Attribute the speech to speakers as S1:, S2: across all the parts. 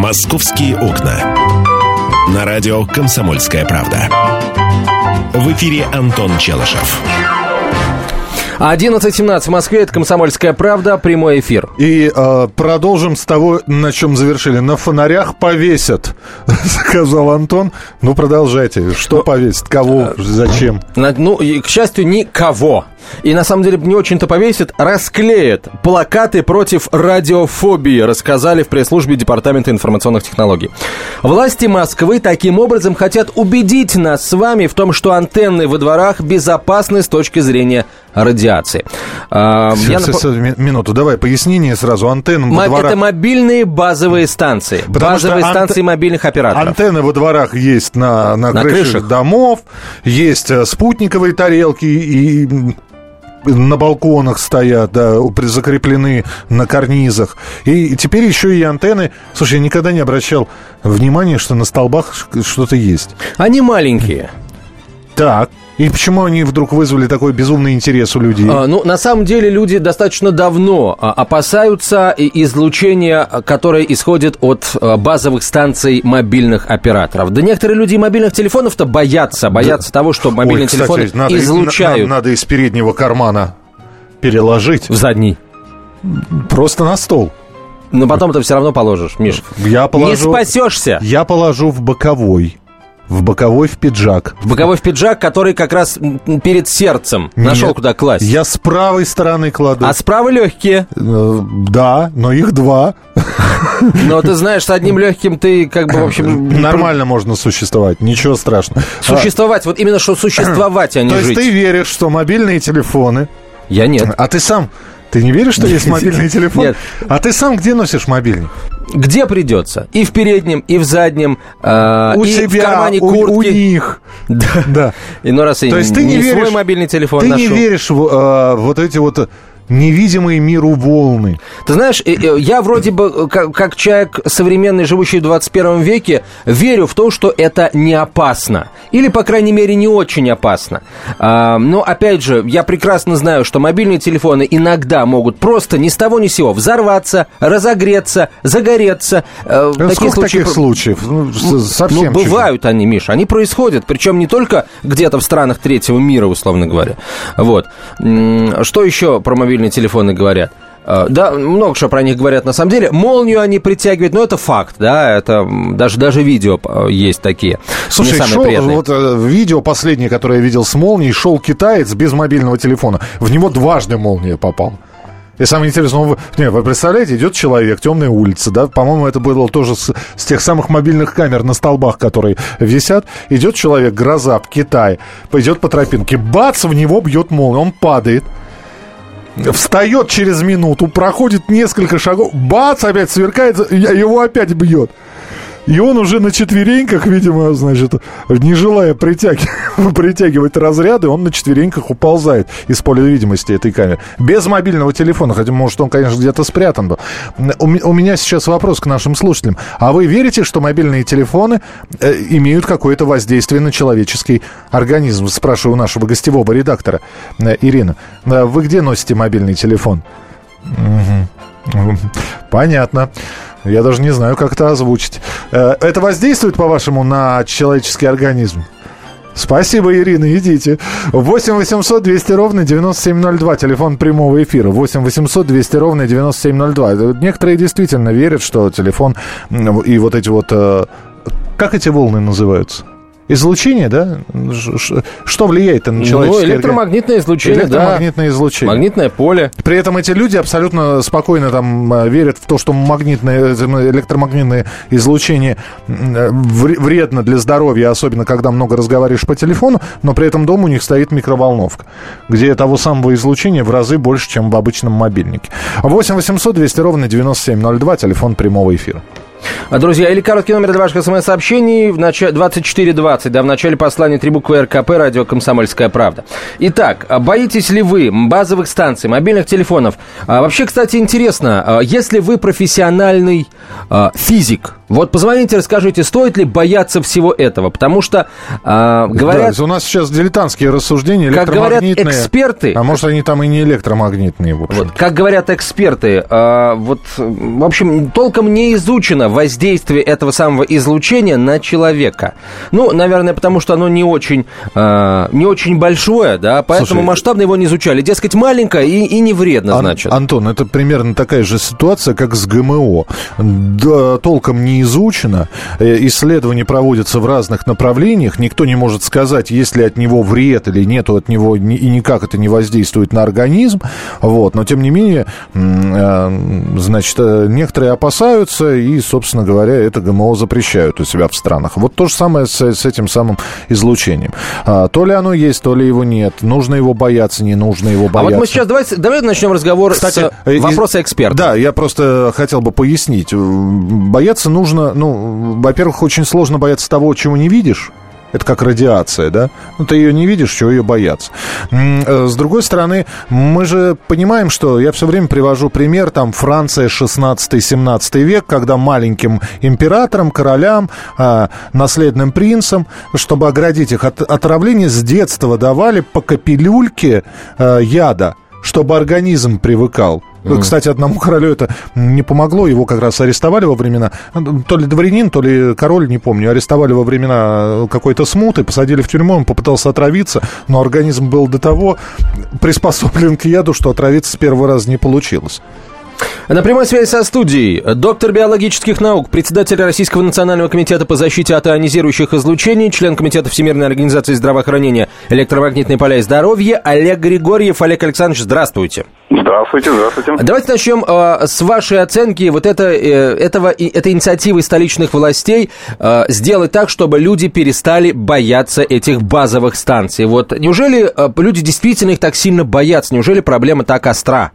S1: «Московские окна». На радио «Комсомольская правда». В эфире Антон Челышев.
S2: 11:17 в Москве, это «Комсомольская правда», прямой эфир.
S3: И продолжим с того, на чем завершили. На фонарях повесят, сказал Антон. Ну, продолжайте. Что повесят? Кого? Зачем?
S2: Ну, и, к счастью, никого. И на самом деле не очень-то повесят, расклеят плакаты против радиофобии, рассказали в пресс-службе Департамента информационных технологий. Власти Москвы таким образом хотят убедить нас с вами в том, что антенны во дворах безопасны с точки зрения радиации.
S3: Минуту, давай пояснение сразу. Антенны во дворах...
S2: Это мобильные базовые станции. Базовые станции мобильных операторов.
S3: Антенны во дворах есть на крышах домов, есть спутниковые тарелки и... на балконах стоят, да, закреплены на карнизах. И теперь еще и антенны. Слушай, я никогда не обращал внимания, что на столбах что-то есть.
S2: Они маленькие.
S3: Так. И почему они вдруг вызвали такой безумный интерес у людей?
S2: На самом деле люди достаточно давно опасаются излучения, которое исходит от базовых станций мобильных операторов. Да некоторые люди мобильных телефонов-то боятся того, что мобильные телефоны излучают.
S3: Надо из переднего кармана переложить.
S2: В задний.
S3: Просто на стол.
S2: Но потом ты все равно положишь, Миш. Не спасешься.
S3: Я положу в боковой. В боковой в пиджак.
S2: В боковой в пиджак, который как раз перед сердцем. Нашел, куда класть.
S3: Я с правой стороны кладу.
S2: А справа легкие.
S3: Да, но их два.
S2: Но ты знаешь, с одним легким ты как бы, в общем...
S3: Нормально можно существовать, ничего страшного.
S2: Существовать, вот именно что существовать, а не жить.
S3: То есть ты веришь, что мобильные телефоны...
S2: Я нет.
S3: А ты сам... Ты не веришь, что есть мобильный телефон?
S2: Нет.
S3: А ты сам где носишь мобильник?
S2: Где придется? И в переднем, и в заднем,
S3: у
S2: и
S3: себя,
S2: в кармане куртки.
S3: У них.
S2: Да. Иной раз и не свой мобильный телефон
S3: ношу. Ты не веришь в вот эти вот... невидимые миру волны.
S2: Ты знаешь, я вроде бы, как человек современный, живущий в 21 веке, верю в то, что это не опасно. Или, по крайней мере, не очень опасно. Но, опять же, я прекрасно знаю, что мобильные телефоны иногда могут просто ни с того ни с сего взорваться, разогреться, загореться.
S3: Сколько таких случаев? Совсем
S2: бывают они, Миша, они происходят. Причем не только где-то в странах третьего мира, условно говоря. Вот. Что еще про мобильные телефоны говорят? Да, много что про них говорят на самом деле. Молнию они притягивают, но это факт, да, это даже видео есть такие.
S3: Слушай, вот видео последнее, которое я видел с молнией, шел китаец без мобильного телефона. В него дважды молния попала. И самое интересное, вы представляете, идет человек, темная улица, да, по-моему, это было тоже с тех самых мобильных камер на столбах, которые висят. Идет человек, гроза в Китае, идет по тропинке, бац, в него бьет молния, он падает. Встает через минуту, проходит несколько шагов, бац, опять сверкает, его опять бьет. И он уже на четвереньках, видимо, значит, не желая притягивать разряды, он на четвереньках уползает из поля видимости этой камеры. Без мобильного телефона, хотя, может, он, конечно, где-то спрятан был. У меня сейчас вопрос к нашим слушателям. А вы верите, что мобильные телефоны имеют какое-то воздействие на человеческий организм? Спрашиваю у нашего гостевого редактора. Ирина, вы где носите мобильный телефон? Понятно. Я даже не знаю, как это озвучить. Это воздействует, по-вашему, на человеческий организм? Спасибо, Ирина, идите. 8 800 200 ровно 9702. Телефон прямого эфира. 8 800 200 ровно 9702. Некоторые действительно верят, что телефон и вот эти вот... Как эти волны называются? Излучение, да? Что влияет на человеческий
S2: электромагнитное излучение,
S3: электромагнитное излучение.
S2: Магнитное поле.
S3: При этом эти люди абсолютно спокойно там верят в то, что электромагнитное излучение вредно для здоровья, особенно когда много разговариваешь по телефону, но при этом дома у них стоит микроволновка, где того самого излучения в разы больше, чем в обычном мобильнике. 8 800 200 ровно 9702, телефон прямого эфира.
S2: Друзья, или короткий номер для ваших смс-сообщений 2420, да, в начале послания 3 буквы РКП, радио «Комсомольская правда». Итак, боитесь ли вы базовых станций, мобильных телефонов? Вообще, кстати, интересно, если вы профессиональный физик, вот позвоните, расскажите, стоит ли бояться всего этого, потому что говорят...
S3: Да, у нас сейчас дилетантские рассуждения,
S2: как говорят эксперты...
S3: А может, они там и не электромагнитные, в общем.
S2: Вот, как говорят эксперты, вот, в общем, толком не изучено воздействие этого самого излучения на человека? Ну, наверное, потому что оно не очень большое, да, поэтому масштабно его не изучали. Дескать, маленькое и не вредно, значит.
S3: Антон, это примерно такая же ситуация, как с ГМО. Да, толком не изучено, исследования проводятся в разных направлениях, никто не может сказать, есть ли от него вред или нету от него, и никак это не воздействует на организм, вот, но тем не менее, значит, некоторые опасаются и, собственно говоря, это ГМО запрещают у себя в странах. Вот то же самое с этим самым излучением. То ли оно есть, то ли его нет, нужно его бояться, не нужно его бояться. А вот мы сейчас,
S2: давай начнем разговор с вопроса эксперта.
S3: Да, я просто хотел бы пояснить. Бояться нужно, во-первых, очень сложно бояться того, чего не видишь. Это как радиация, да? Ну, ты ее не видишь, чего ее бояться. С другой стороны, мы же понимаем, что я все время привожу пример, там, Франция, 16-17 век, когда маленьким императорам, королям, наследным принцам, чтобы оградить их от отравления, с детства давали по капелюльке яда, чтобы организм привыкал. Кстати, одному королю это не помогло, его как раз арестовали во времена, то ли дворянин, то ли король, не помню, арестовали во времена какой-то смуты, посадили в тюрьму, он попытался отравиться, но организм был до того приспособлен к яду, что отравиться с первого раза не получилось.
S2: На прямой связи со студией доктор биологических наук, председатель Российского национального комитета по защите от ионизирующих излучений, член комитета Всемирной организации здравоохранения, электромагнитные поля и здоровье Олег Григорьев. Олег Александрович, здравствуйте.
S4: Здравствуйте.
S2: Давайте начнем с вашей оценки вот этой инициативы столичных властей сделать так, чтобы люди перестали бояться этих базовых станций. Вот неужели люди действительно их так сильно боятся? Неужели проблема так остра?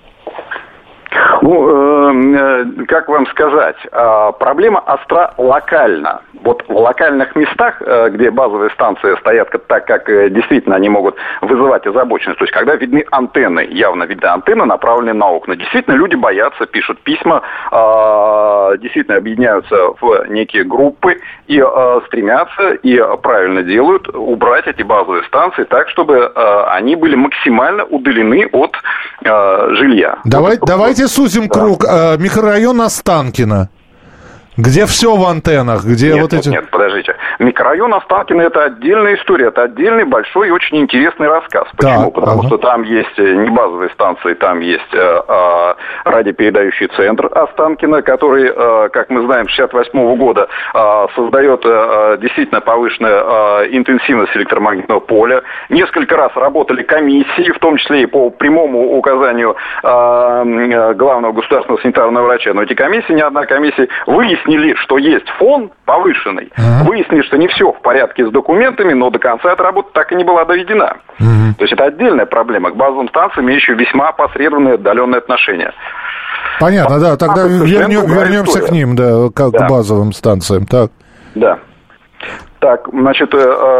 S4: Как вам сказать, проблема остра локально. Вот в локальных местах, где базовые станции стоят так, как действительно они могут вызывать озабоченность, то есть когда видны антенны, явно видны антенны, направленные на окна, действительно люди боятся, пишут письма, действительно объединяются в некие группы и стремятся, и правильно делают, убрать эти базовые станции так, чтобы они были максимально удалены от жилья.
S3: Давайте сузим круг. Микрорайон Останкино, где все в антеннах, где
S4: Нет, подождите. Микрорайон Останкино — это отдельная история, это отдельный большой и очень интересный рассказ. Почему? Потому что там есть не базовые станции, там есть радиопередающий центр Останкино, который, как мы знаем, с 1968 года создает действительно повышенную интенсивность электромагнитного поля. Несколько раз работали комиссии, в том числе и по прямому указанию главного государственного санитарного врача. Но эти комиссии, ни одна комиссия выяснили, что есть фон повышенный. Выяснили, что не все в порядке с документами, но до конца эта работа так и не была доведена. То есть это отдельная проблема. К базовым станциям имеющие весьма опосредованные отдаленные отношения.
S3: Понятно, да. Тогда вернемся к ним, да, к базовым станциям. Так.
S4: Да. Так, значит,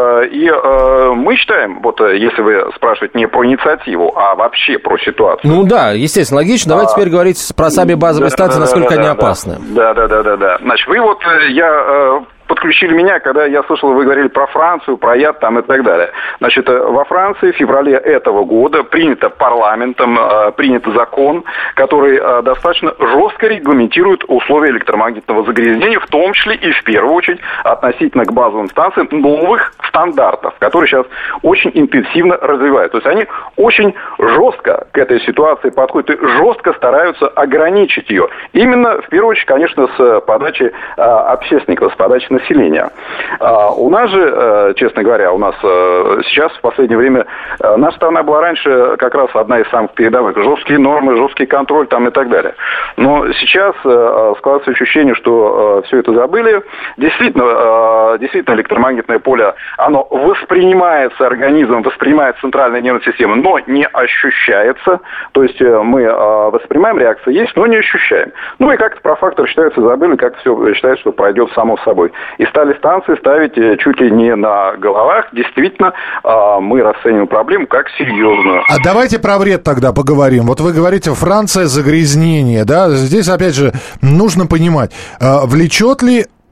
S4: мы считаем, вот если вы спрашиваете не про инициативу, а вообще про ситуацию.
S2: Ну да, естественно, логично. Давайте теперь говорить про сами базовые станции, насколько они опасны.
S4: Да. Значит, подключили меня, когда я слышал, вы говорили про Францию, про яд там и так далее. Значит, во Франции в феврале этого года принято парламентом, принят закон, который достаточно жестко регламентирует условия электромагнитного загрязнения, в том числе и в первую очередь относительно к базовым станциям новых стандартов, которые сейчас очень интенсивно развивают. То есть они очень жестко к этой ситуации подходят и жестко стараются ограничить ее. Именно, в первую очередь, конечно, с подачи общественников, с подачи населения. У нас же, честно говоря, сейчас в последнее время наша страна была раньше как раз одна из самых передовых. Жесткие нормы, жесткий контроль там и так далее. Но сейчас складывается ощущение, что все это забыли. Действительно, электромагнитное поле, оно воспринимается организмом, воспринимает центральная нервная система, но не ощущается. То есть мы воспринимаем, реакция есть, но не ощущаем. Ну и как-то про фактор считается забыли, как-то все считается, что пройдет само собой. И стали станции ставить чуть ли не на головах. Действительно, мы расцениваем проблему как серьезную.
S3: А давайте про вред тогда поговорим. Вот вы говорите, Франция, загрязнение, да? Здесь, опять же, нужно понимать, влечет ли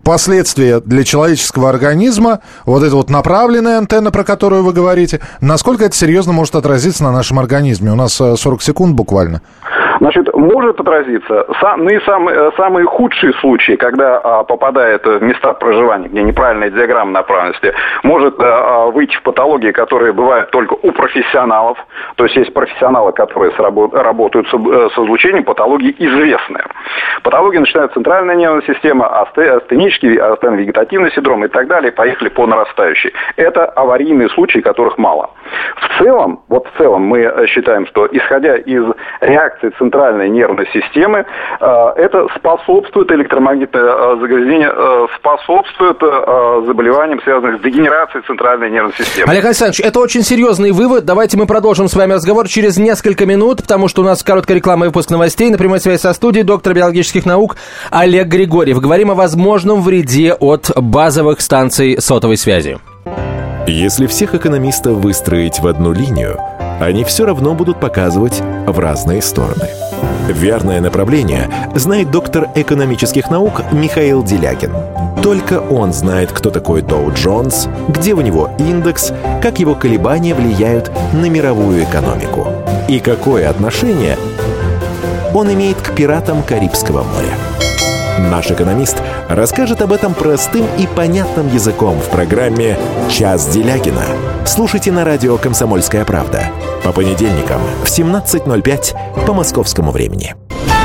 S3: последствия для человеческого организма, вот эта вот направленная антенна, про которую вы говорите, насколько это серьезно может отразиться на нашем организме? У нас 40 секунд буквально.
S4: Значит, может отразиться. Самые худшие случаи, когда попадает в места проживания, где неправильная диаграмма направленности, может выйти в патологии, которые бывают только у профессионалов. То есть есть профессионалы, которые работают с излучением, патологии известные. Патологии начинают центральная нервная система, астенический, астеновегетативный синдром и так далее, поехали по нарастающей. Это аварийные случаи, которых мало. В целом мы считаем, что исходя из реакции центральной нервной системы, это способствует электромагнитное загрязнение, способствует заболеваниям, связанным с дегенерацией центральной нервной системы.
S2: Олег Александрович, это очень серьезный вывод. Давайте мы продолжим с вами разговор через несколько минут, потому что у нас короткая реклама и выпуск новостей. На прямой связи со студией доктор биологических наук Олег Григорьев. Говорим о возможном вреде от базовых станций сотовой связи.
S1: Если всех экономистов выстроить в одну линию, они все равно будут показывать в разные стороны. Верное направление знает доктор экономических наук Михаил Делякин. Только он знает, кто такой Доу Джонс, где у него индекс, как его колебания влияют на мировую экономику и какое отношение он имеет к пиратам Карибского моря. Наш экономист расскажет об этом простым и понятным языком в программе «Час Делякина». Слушайте на радио «Комсомольская правда» по понедельникам в 17:05 по московскому времени.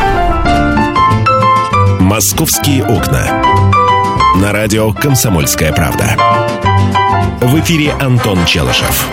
S1: «Московские окна». На радио «Комсомольская правда». В эфире Антон Челышев.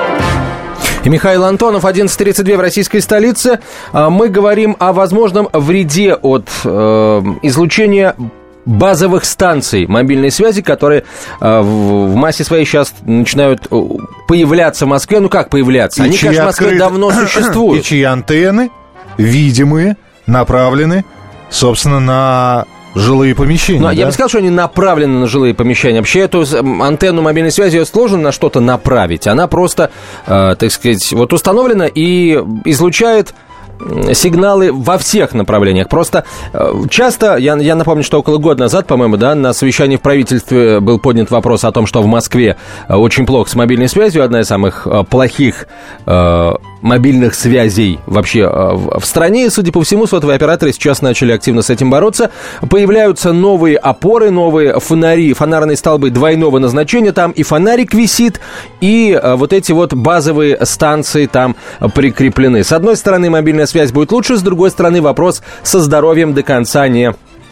S2: И Михаил Антонов, 11:32 в российской столице. Мы говорим о возможном вреде от излучения базовых станций мобильной связи, которые в массе своей сейчас начинают появляться в Москве. Ну как появляться? Они, конечно, в Москве давно существуют.
S3: И чьи антенны, видимые, направлены, собственно, на жилые помещения.
S2: Но, да? Я бы сказал, что они направлены на жилые помещения. Вообще эту антенну мобильной связи сложно на что-то направить. Она просто, так сказать, вот установлена и излучает сигналы во всех направлениях. Просто часто, я напомню, что около года назад, по-моему, да, на совещании в правительстве был поднят вопрос о том, что в Москве очень плохо с мобильной связью, одна из самых плохих мобильных связей вообще в стране. И, судя по всему, сотовые операторы сейчас начали активно с этим бороться. Появляются новые опоры, новые фонари, фонарные столбы двойного назначения. Там и фонарик висит, и вот эти вот базовые станции там прикреплены. С одной стороны, мобильная связь будет лучше, с другой стороны, вопрос со здоровьем до конца не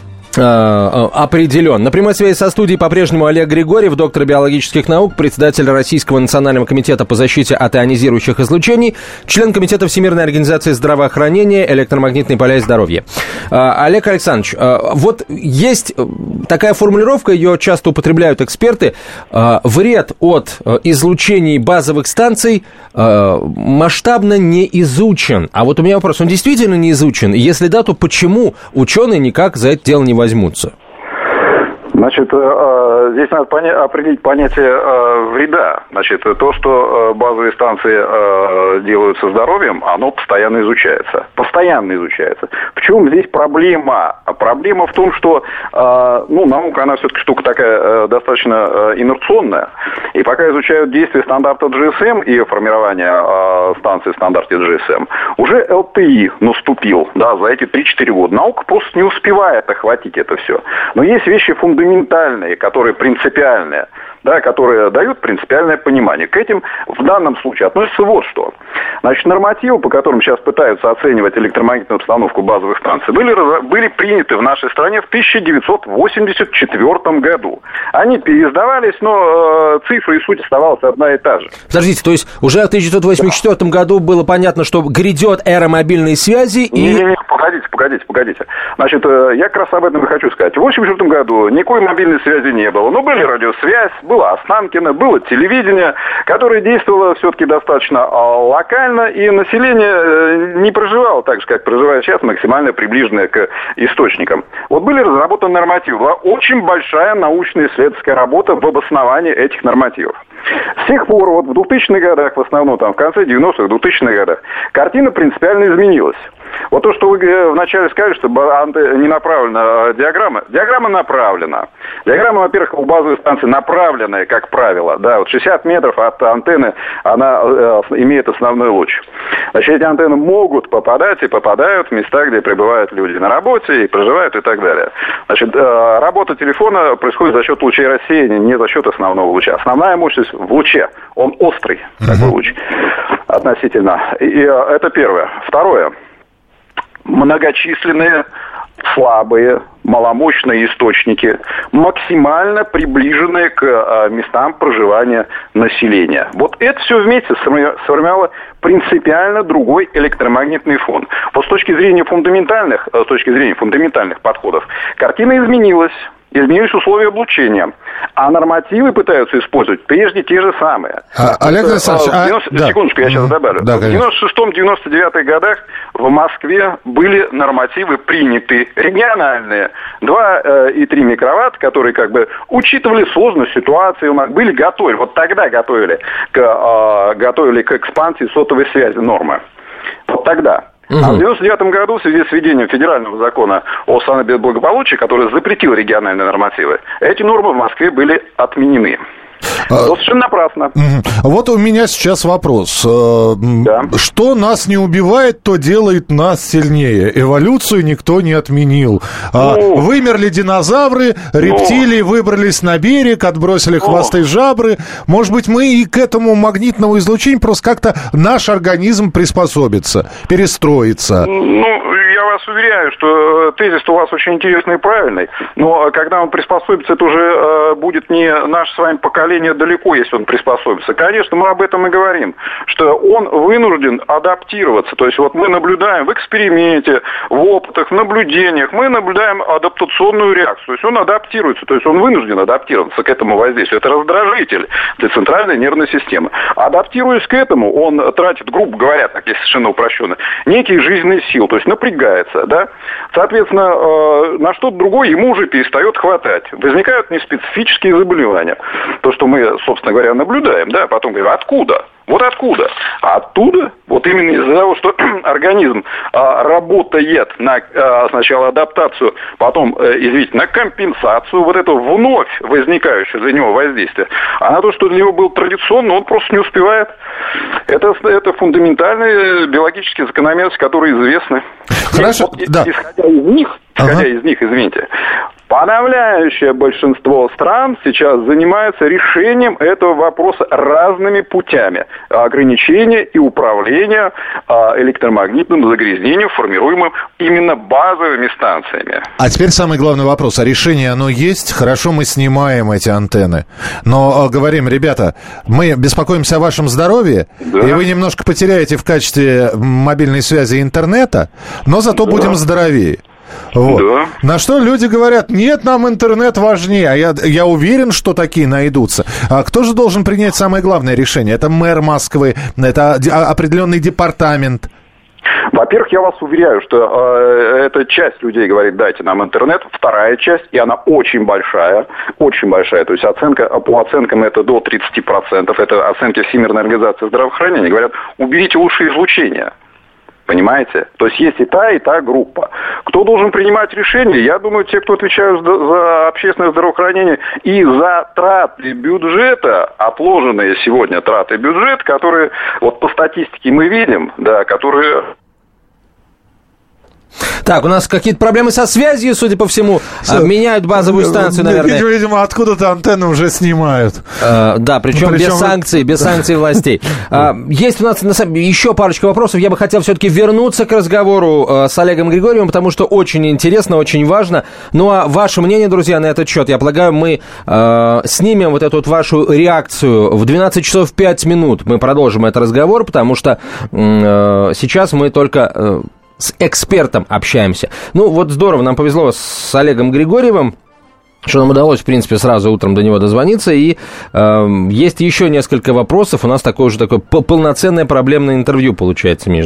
S2: определен. На прямой связи со студией по-прежнему Олег Григорьев, доктор биологических наук, председатель Российского национального комитета по защите от ионизирующих излучений, член комитета Всемирной организации здравоохранения, электромагнитные поля и здоровье. Олег Александрович, вот есть такая формулировка, ее часто употребляют эксперты, вред от излучений базовых станций масштабно не изучен. А вот у меня вопрос, он действительно не изучен? И если да, то почему ученые никак за это дело не возьмутся?
S4: Значит, здесь надо определить понятие вреда. Значит, то, что базовые станции делают со здоровьем, оно постоянно изучается. Постоянно изучается. В чем здесь проблема? Проблема в том, что наука, она все-таки штука такая достаточно инерционная. И пока изучают действия стандарта GSM и формирование станций в стандарте GSM, уже LTE наступил, да, за эти 3-4 года. Наука просто не успевает охватить это все. Но есть вещи фундаментальные, которые принципиальные, да, которые дают принципиальное понимание. К этим в данном случае относится вот что. Значит, нормативы, по которым сейчас пытаются оценивать электромагнитную обстановку базовых станций, были приняты в нашей стране в 1984 году. Они переиздавались, но цифра и суть оставалась одна и та же.
S2: Подождите, то есть уже в 1984 году было понятно, что грядет эра мобильной связи и...
S4: Не, погодите. Значит, я как раз об этом и хочу сказать. В 1984 году никакой мобильной связи не было. Но были радиосвязь, было Останкино, было телевидение, которое действовало все-таки достаточно локально, и население не проживало так же, как проживает сейчас, максимально приближенное к источникам. Вот были разработаны нормативы. Была очень большая научная исследовательская работа в обосновании этих нормативов. С тех пор, вот в 2000-х годах, в основном там в конце 90-х, 2000-х годах, картина принципиально изменилась. Вот то, что вы вначале сказали, что не направлена диаграмма. Диаграмма направлена. Диаграмма, во-первых, у базовой станции направленная, как правило. Да, вот 60 метров от антенны она имеет основной луч. Значит, эти антенны могут попадать и попадают в места, где пребывают люди на работе и проживают и так далее. Значит, работа телефона происходит за счет лучей рассеяния, не за счет основного луча. Основная мощность в луче. Он острый, такой луч, относительно. И это первое. Второе. Многочисленные, слабые, маломощные источники, максимально приближенные к местам проживания населения. Вот это все вместе сформировало принципиально другой электромагнитный фон. Вот с точки зрения фундаментальных подходов, картина изменилась. Изменились условия облучения, а нормативы пытаются использовать прежде те же самые.
S3: Олег Александрович...
S4: Секундочку, я сейчас добавлю. Да, в 96-99 годах в Москве были нормативы приняты региональные. 2,3 микроватт, которые как бы учитывали сложность ситуации, были готовы. Вот тогда готовили к экспансии сотовой связи нормы. Вот тогда. А в 1999 году в связи с введением федерального закона о санэпидблагополучии, который запретил региональные нормативы, эти нормы в Москве были отменены. Совершенно напрасно.
S3: Вот у меня сейчас вопрос. Да. Что нас не убивает, то делает нас сильнее. Эволюцию никто не отменил. Вымерли динозавры, рептилии выбрались на берег, отбросили хвосты жабры. Может быть, мы и к этому магнитному излучению просто как-то наш организм приспособится, перестроится.
S4: Я вас уверяю, что тезис у вас очень интересный и правильный, но когда он приспособится, это уже будет не наше с вами поколение далеко, если он приспособится. Конечно, мы об этом и говорим, что он вынужден адаптироваться. То есть вот мы наблюдаем в эксперименте, в опытах, в наблюдениях, мы наблюдаем адаптационную реакцию. То есть он адаптируется, то есть он вынужден адаптироваться к этому воздействию. Это раздражитель для центральной нервной системы. Адаптируясь к этому, он тратит, грубо говоря, так если совершенно упрощенно, некие жизненные силы, то есть напрягается, да. Соответственно, на что-то другое ему уже перестает хватать. Возникают неспецифические заболевания. То, что мы, собственно говоря, наблюдаем, да, потом говорим, откуда? Вот откуда? А оттуда, вот именно из-за того, что организм работает на сначала адаптацию, потом, на компенсацию вот этого вновь возникающего для него воздействия, а на то, что для него было традиционно, он просто не успевает. Это фундаментальные биологические закономерности, которые известны.
S3: Хорошо,
S4: вот, да. Исходя из них, извините, подавляющее большинство стран сейчас занимается решением этого вопроса разными путями ограничения и управления электромагнитным загрязнением, формируемым именно базовыми станциями.
S3: А теперь самый главный вопрос. А решение оно есть? Хорошо, мы снимаем эти антенны. Но говорим, ребята, мы беспокоимся о вашем здоровье, да. И вы немножко потеряете в качестве мобильной связи интернета, но зато будем здоровее. Вот. Да. На что люди говорят, нет, нам интернет важнее. А я уверен, что такие найдутся. А кто же должен принять самое главное решение? Это мэр Москвы, это определенный департамент.
S4: Во-первых, я вас уверяю, что эта часть людей говорит, дайте нам интернет. Вторая часть, и она очень большая. То есть по оценкам это до 30%. Это оценки Всемирной организации здравоохранения. Говорят, уберите лучшее излучение. Понимаете? То есть и та группа. Кто должен принимать решения? Я думаю, те, кто отвечают за общественное здравоохранение и за траты бюджета, отложенные сегодня траты бюджета, которые, вот по статистике мы видим, да, которые...
S2: Так, у нас какие-то проблемы со связью, судя по всему. Меняют базовую станцию, наверное.
S3: Видимо, откуда-то антенны уже снимают.
S2: Да, причем без санкций властей. Есть у нас еще парочка вопросов. Я бы хотел все-таки вернуться к разговору с Олегом Григорьевым, потому что очень интересно, очень важно. Ну, а ваше мнение, друзья, на этот счет, я полагаю, мы снимем вот эту вот вашу реакцию в 12 часов 5 минут. Мы продолжим этот разговор, потому что сейчас мы только... с экспертом общаемся. Ну, вот здорово, нам повезло с Олегом Григорьевым, что нам удалось, в принципе, сразу утром до него дозвониться. И есть еще несколько вопросов. У нас такое полноценное проблемное интервью получается, Миш, да?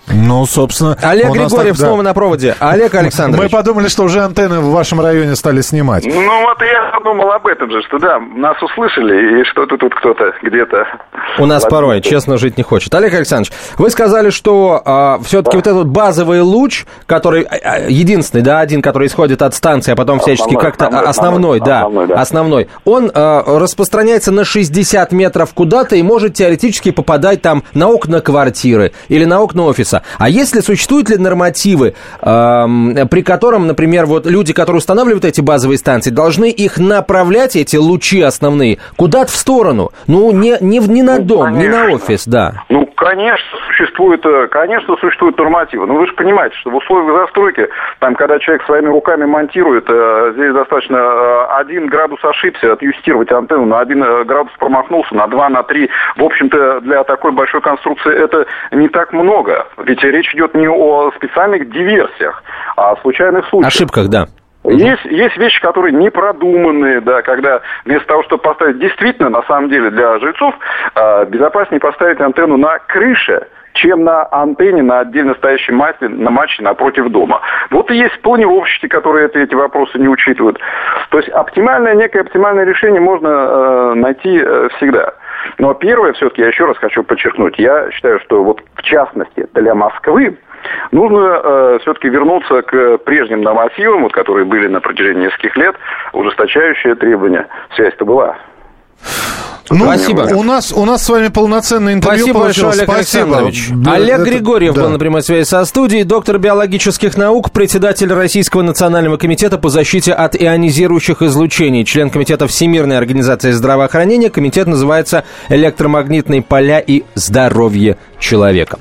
S3: Ну, собственно...
S2: Олег Григорьев снова на проводе. Олег Александрович.
S3: Мы подумали, что уже антенны в вашем районе стали снимать.
S4: Ну, вот я подумал об этом же, что да, нас услышали, и что-то тут кто-то где-то...
S2: У нас порой честно жить не хочет. Олег Александрович, вы сказали, что все-таки вот этот базовый луч, который единственный, да, один, который исходит от станции, а потом всячески как-то... Основной. Он распространяется на 60 метров куда-то и может теоретически попадать там на окна квартиры или на окна офиса. А если существуют ли нормативы, при котором, например, вот люди, которые устанавливают эти базовые станции, должны их направлять, эти лучи основные, куда-то в сторону? Ну, не на дом, не на офис, да.
S4: Ну, конечно, существуют нормативы. Но вы же понимаете, что в условиях застройки, там, когда человек своими руками монтирует, здесь достаточно 1 градус ошибся, отъюстировать антенну, на 1 градус промахнулся, на 2, на 3. В общем-то, для такой большой конструкции это не так много. Ведь речь идет не о специальных диверсиях, а о случайных случаях.
S2: Ошибках, да.
S4: Есть вещи, которые не продуманные, да, когда вместо того, чтобы поставить действительно, на самом деле, для жильцов, безопаснее поставить антенну на крыше, чем на антенне на отдельно стоящей мачте напротив дома. Вот и есть планировщики, которые эти вопросы не учитывают. То есть некое оптимальное решение можно найти всегда. Но первое, все-таки, я еще раз хочу подчеркнуть, я считаю, что вот в частности для Москвы нужно все-таки вернуться к прежним нормативам, вот, которые были на протяжении нескольких лет, ужесточающие требования. Связь-то была.
S3: Ну,
S2: спасибо.
S3: У нас с вами полноценное интервью.
S2: Спасибо большое, Олег Александрович. Олег Григорьев был на прямой связи со студией, доктор биологических наук, председатель Российского национального комитета по защите от ионизирующих излучений, член комитета Всемирной организации здравоохранения. Комитет называется «Электромагнитные поля и здоровье человека».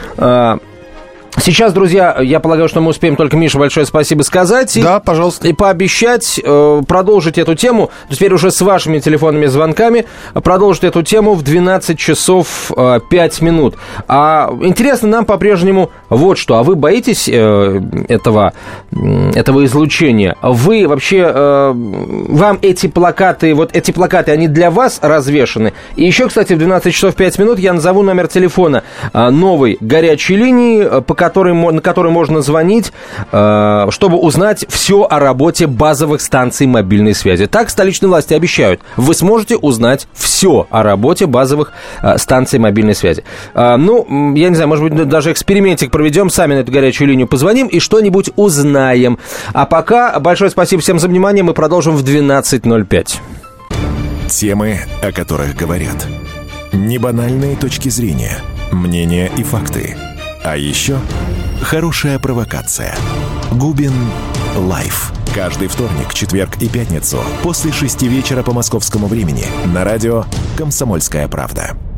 S2: Сейчас, друзья, я полагаю, что мы успеем только Мише большое спасибо сказать.
S3: Да, пожалуйста.
S2: И пообещать продолжить эту тему, теперь уже с вашими телефонными звонками, продолжить эту тему в 12 часов 5 минут. А интересно нам по-прежнему вот что. А вы боитесь этого излучения? Вы вообще, вам эти плакаты, они для вас развешаны? И еще, кстати, в 12 часов 5 минут я назову номер телефона новой горячей линии, на который можно звонить, чтобы узнать все о работе базовых станций мобильной связи. Так столичные власти обещают. Вы сможете узнать все о работе базовых станций мобильной связи. Ну, я не знаю, может быть, даже экспериментик проведем, сами на эту горячую линию позвоним и что-нибудь узнаем. А пока большое спасибо всем за внимание. Мы продолжим в 12:05.
S1: Темы, о которых говорят. Небанальные точки зрения, мнения и факты. А еще хорошая провокация. Губин Лайф. Каждый вторник, четверг и пятницу после 6 вечера по московскому времени на радио «Комсомольская правда».